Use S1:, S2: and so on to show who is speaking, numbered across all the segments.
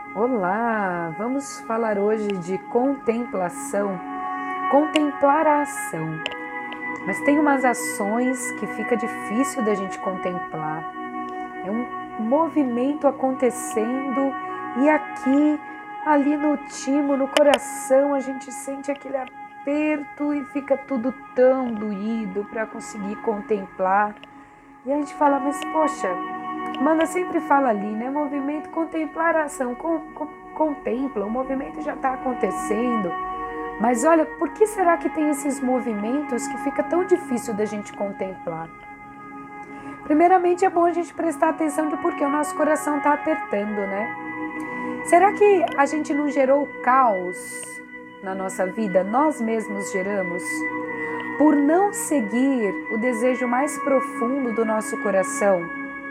S1: Olá, vamos falar hoje de contemplação, contemplar a ação. Mas tem umas ações que fica difícil da gente contemplar. É um movimento acontecendo e aqui, ali no timo, no coração, a gente sente aquele aperto e fica tudo tão doído para conseguir contemplar. E a gente fala, mas poxa, Amanda sempre fala ali, né? Movimento, contemplar a ação, contempla, o movimento já está acontecendo. Mas olha, por que será que tem esses movimentos que fica tão difícil da gente contemplar? Primeiramente é bom a gente prestar atenção de por que o nosso coração está apertando, né? Será que a gente não gerou caos na nossa vida? Nós mesmos geramos? Por não seguir o desejo mais profundo do nosso coração?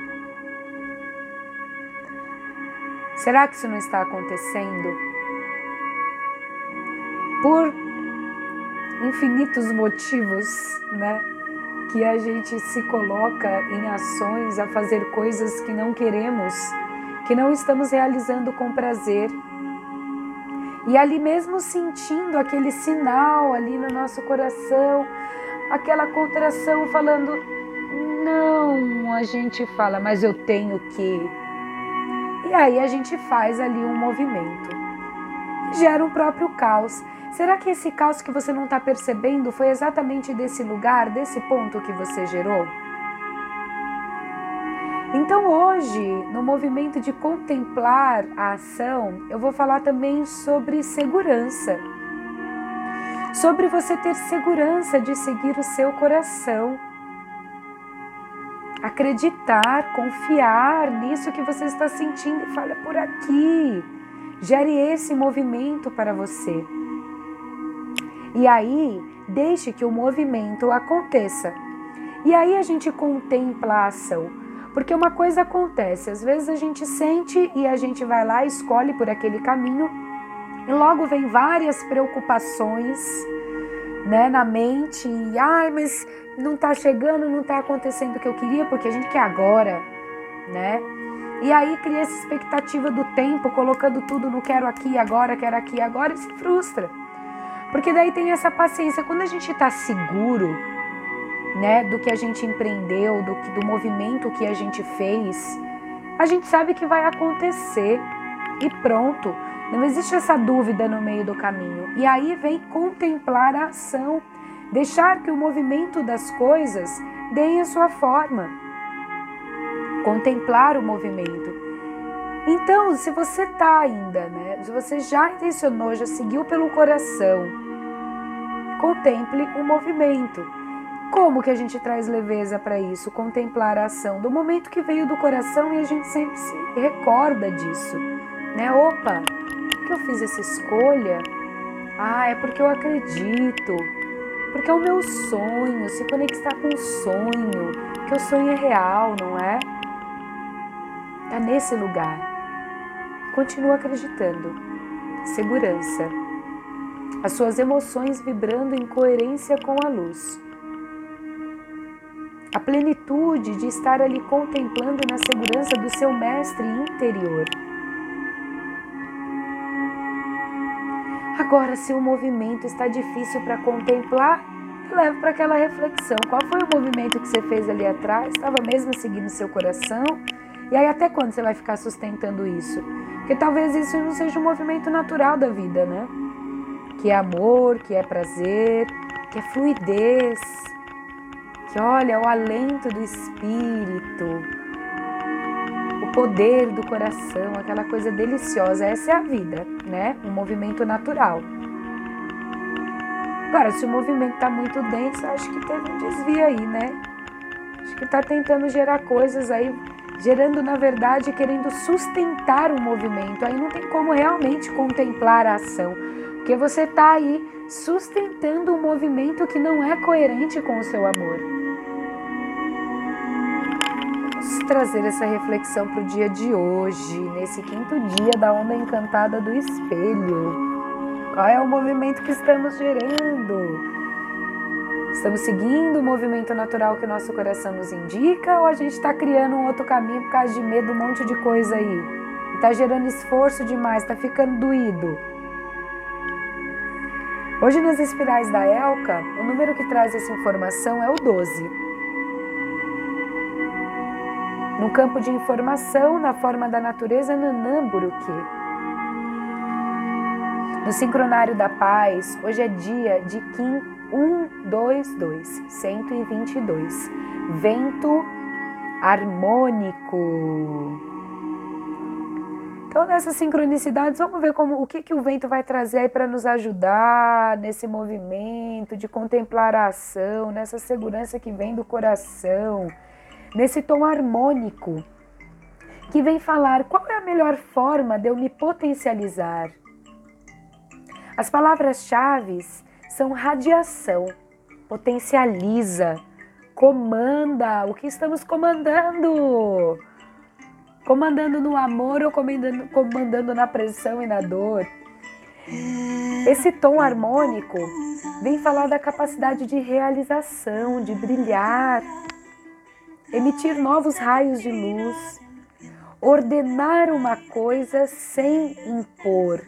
S1: Será que isso não está acontecendo? Por infinitos motivos, né? Que a gente se coloca em ações a fazer coisas que não queremos, que não estamos realizando com prazer. E ali mesmo sentindo aquele sinal ali no nosso coração, aquela contração falando, não, a gente fala, mas eu tenho que. E aí a gente faz ali um movimento. Gera um próprio caos. Será que esse caos que você não está percebendo foi exatamente desse lugar, desse ponto que você gerou? Então hoje, no movimento de contemplar a ação, eu vou falar também sobre segurança. Sobre você ter segurança de seguir o seu coração. Acreditar, confiar nisso que você está sentindo e fala por aqui. Gere esse movimento para você. E aí, deixe que o movimento aconteça. E aí a gente contempla a ação. Porque uma coisa acontece, às vezes a gente sente e a gente vai lá, escolhe por aquele caminho e logo vem várias preocupações, né, na mente. E, mas não está chegando, não está acontecendo o que eu queria, porque a gente quer agora, né? E aí cria essa expectativa do tempo, colocando tudo no quero aqui agora e se frustra. Porque daí tem essa paciência. Quando a gente está seguro, né, do que a gente empreendeu, do movimento que a gente fez, a gente sabe que vai acontecer e pronto. Não existe essa dúvida no meio do caminho. E aí vem contemplar a ação, deixar que o movimento das coisas deem a sua forma. Contemplar o movimento. Então, se você está ainda, né, se você já intencionou, já seguiu pelo coração, contemple o movimento. Como que a gente traz leveza para isso? Contemplar a ação do momento que veio do coração e a gente sempre se recorda disso, né? Opa, por que eu fiz essa escolha? É porque eu acredito, porque é o meu sonho, se conectar com o sonho, que o sonho é real, não é? Tá nesse lugar. Continua acreditando. Segurança. As suas emoções vibrando em coerência com a luz. A plenitude de estar ali contemplando na segurança do seu mestre interior. Agora, se o movimento está difícil para contemplar, leve para aquela reflexão. Qual foi o movimento que você fez ali atrás? Estava mesmo seguindo seu coração? E aí até quando você vai ficar sustentando isso? Porque talvez isso não seja um movimento natural da vida, né? Que é amor, que é prazer, que é fluidez. Que olha, o alento do espírito, o poder do coração, aquela coisa deliciosa. Essa é a vida, né? Um movimento natural. Agora, se o movimento está muito denso, acho que teve um desvio aí, né? Acho que está tentando gerar coisas aí, gerando, na verdade, querendo sustentar o movimento. Aí não tem como realmente contemplar a ação, porque você está aí sustentando um movimento que não é coerente com o seu amor. Vamos trazer essa reflexão para o dia de hoje, nesse 5º dia da onda encantada do espelho. Qual é o movimento que estamos gerando? Estamos seguindo o movimento natural que o nosso coração nos indica ou a gente está criando um outro caminho por causa de medo, um monte de coisa aí? está gerando esforço demais, está ficando doído. Hoje nas espirais da Elka, o número que traz essa informação é o 12. No campo de informação, na forma da natureza, Nanamburuki. No sincronário da paz, hoje é dia de Kim 122, 122. Vento harmônico. Então, nessas sincronicidades, vamos ver o que o vento vai trazer aí para nos ajudar nesse movimento de contemplar a ação, nessa segurança que vem do coração, nesse tom harmônico, que vem falar qual é a melhor forma de eu me potencializar. As palavras-chave são radiação, potencializa, comanda, o que estamos comandando? Comandando no amor ou comandando na pressão e na dor. Esse tom harmônico vem falar da capacidade de realização, de brilhar, emitir novos raios de luz, ordenar uma coisa sem impor.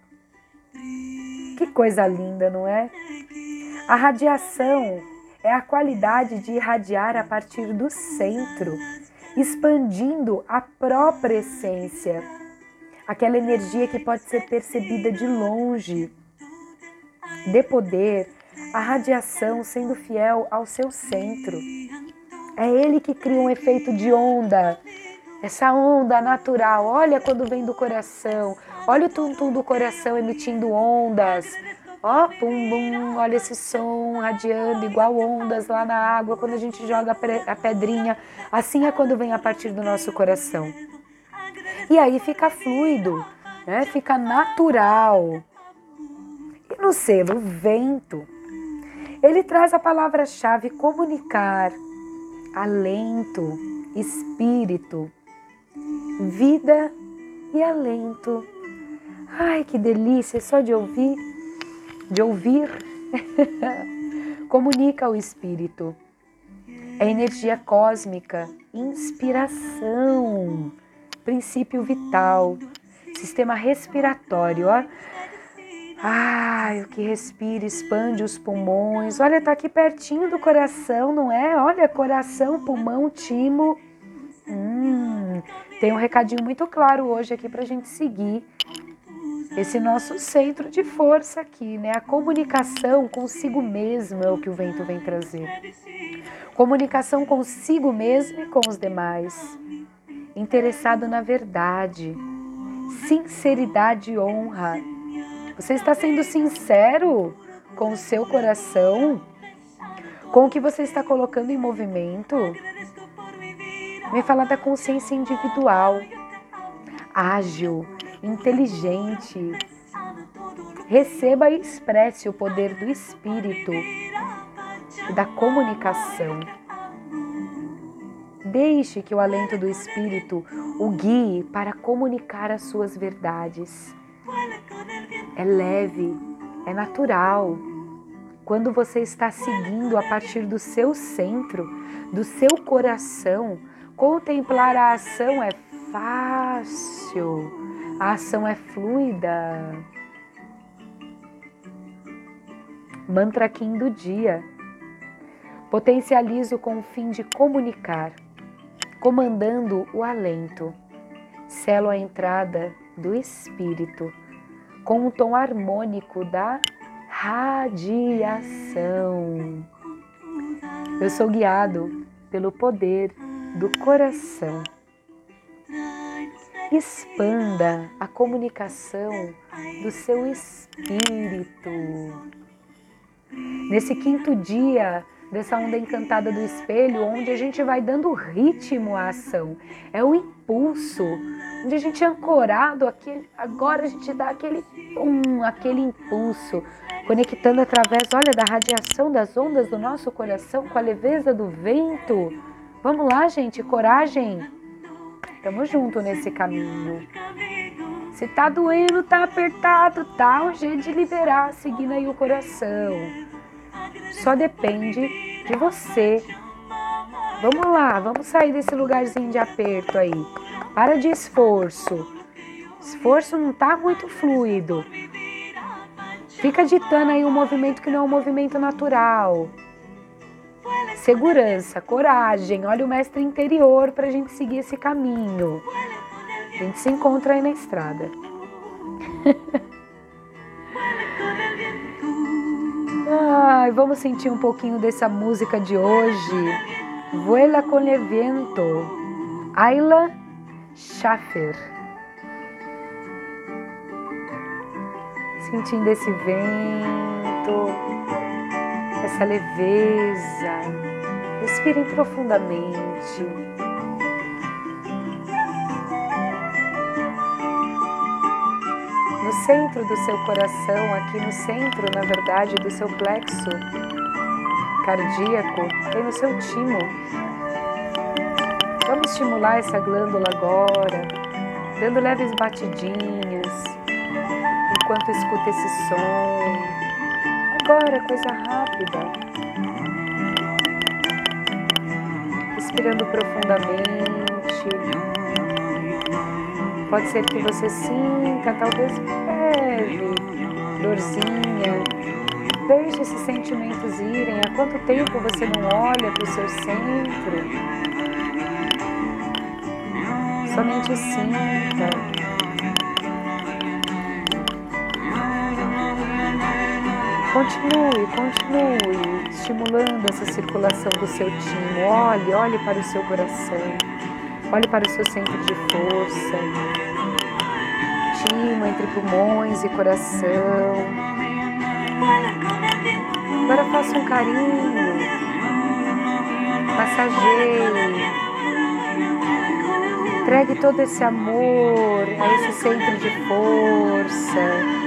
S1: Que coisa linda, não é? A radiação é a qualidade de irradiar a partir do centro, expandindo a própria essência, aquela energia que pode ser percebida de longe. Dê poder à radiação sendo fiel ao seu centro. É ele que cria um efeito de onda, essa onda natural. Olha quando vem do coração, olha o tum-tum do coração emitindo ondas. Ó, pum, bum, olha esse som radiando igual ondas lá na água quando a gente joga a pedrinha. Assim é quando vem a partir do nosso coração. E aí fica fluido, né? Fica natural. E no selo vento, ele traz a palavra-chave comunicar, alento, espírito, vida e alento. Ai, que delícia, só de ouvir. Comunica o espírito. É energia cósmica, inspiração, princípio vital, sistema respiratório, ó. Ai, o que respira, expande os pulmões. Olha, tá aqui pertinho do coração, não é? Olha, coração, pulmão, timo. Tem um recadinho muito claro hoje aqui pra gente seguir. Esse nosso centro de força aqui, né? A comunicação consigo mesmo é o que o vento vem trazer. Comunicação consigo mesmo e com os demais. Interessado na verdade. Sinceridade e honra. Você está sendo sincero com o seu coração? Com o que você está colocando em movimento? Vem falar da consciência individual. Ágil. Inteligente. Receba e expresse o poder do espírito e da comunicação. Deixe que o alento do espírito o guie para comunicar as suas verdades. É leve, é natural. Quando você está seguindo a partir do seu centro, do seu coração, contemplar a ação é fácil. A ação é fluida. Mantra Kim do dia. Potencializo com o fim de comunicar, comandando o alento. Selo a entrada do espírito com o tom harmônico da radiação. Eu sou guiado pelo poder do coração. Expanda a comunicação do seu espírito. Nesse quinto dia dessa onda encantada do espelho, onde a gente vai dando ritmo à ação. É o impulso, onde a gente é ancorado, agora a gente dá aquele impulso, conectando através, olha, da radiação das ondas do nosso coração com a leveza do vento. Vamos lá, gente, coragem. Estamos juntos nesse caminho. Se tá doendo, tá apertado, tá um jeito de liberar, seguindo aí o coração. Só depende de você. Vamos lá, vamos sair desse lugarzinho de aperto aí. Para de esforço. Esforço não está muito fluido. Fica ditando aí um movimento que não é um movimento natural. Segurança, coragem, olha o mestre interior para a gente seguir esse caminho. A gente se encontra aí na estrada. Ai, vamos sentir um pouquinho dessa música de hoje. Vuela con el viento, Ayla Schaffer. Sentindo esse vento, essa leveza. Respirem profundamente. No centro do seu coração, aqui no centro, na verdade, do seu plexo cardíaco, tem o seu timo. Vamos estimular essa glândula agora, dando leves batidinhas, enquanto escuta esse som. Agora, coisa rápida. Respirando profundamente. Pode ser que você sinta, talvez leve, dorzinha. Deixe esses sentimentos irem. Há quanto tempo você não olha para o seu centro? Somente sinta. Continue estimulando essa circulação do seu timo. Olhe para o seu coração. Olhe para o seu centro de força. Timo entre pulmões e coração. Agora faça um carinho. Massageie. Entregue todo esse amor a esse centro de força.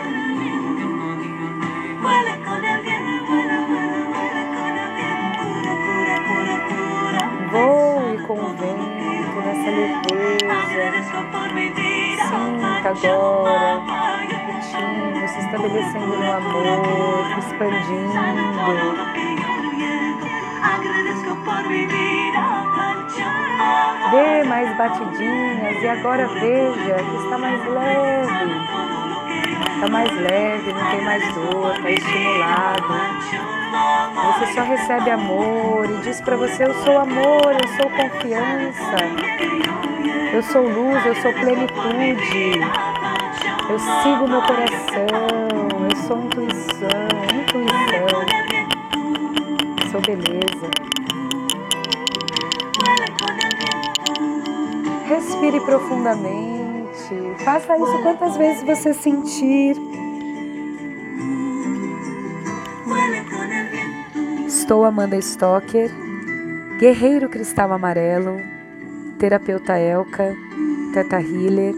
S1: Voe com o vento nessa leveza. Sinta agora, repetindo, se estabelecendo no amor, expandindo. Dê mais batidinhas e agora veja que está mais leve. Está mais leve, não tem mais dor, está estimulado. Você só recebe amor e diz para você: eu sou amor, eu sou confiança, eu sou luz, eu sou plenitude, eu sigo meu coração, eu sou intuição, sou beleza. Respire profundamente, faça isso quantas vezes você sentir. Estou Amanda Stocker, guerreiro cristal amarelo, terapeuta Elka, Theta Healer.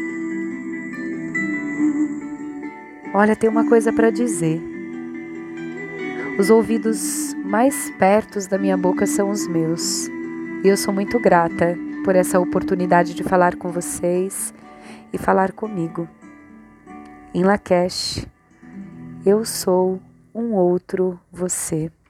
S1: Olha, tem uma coisa para dizer. Os ouvidos mais perto da minha boca são os meus. E eu sou muito grata por essa oportunidade de falar com vocês e falar comigo. Em Lakesh, eu sou um outro você.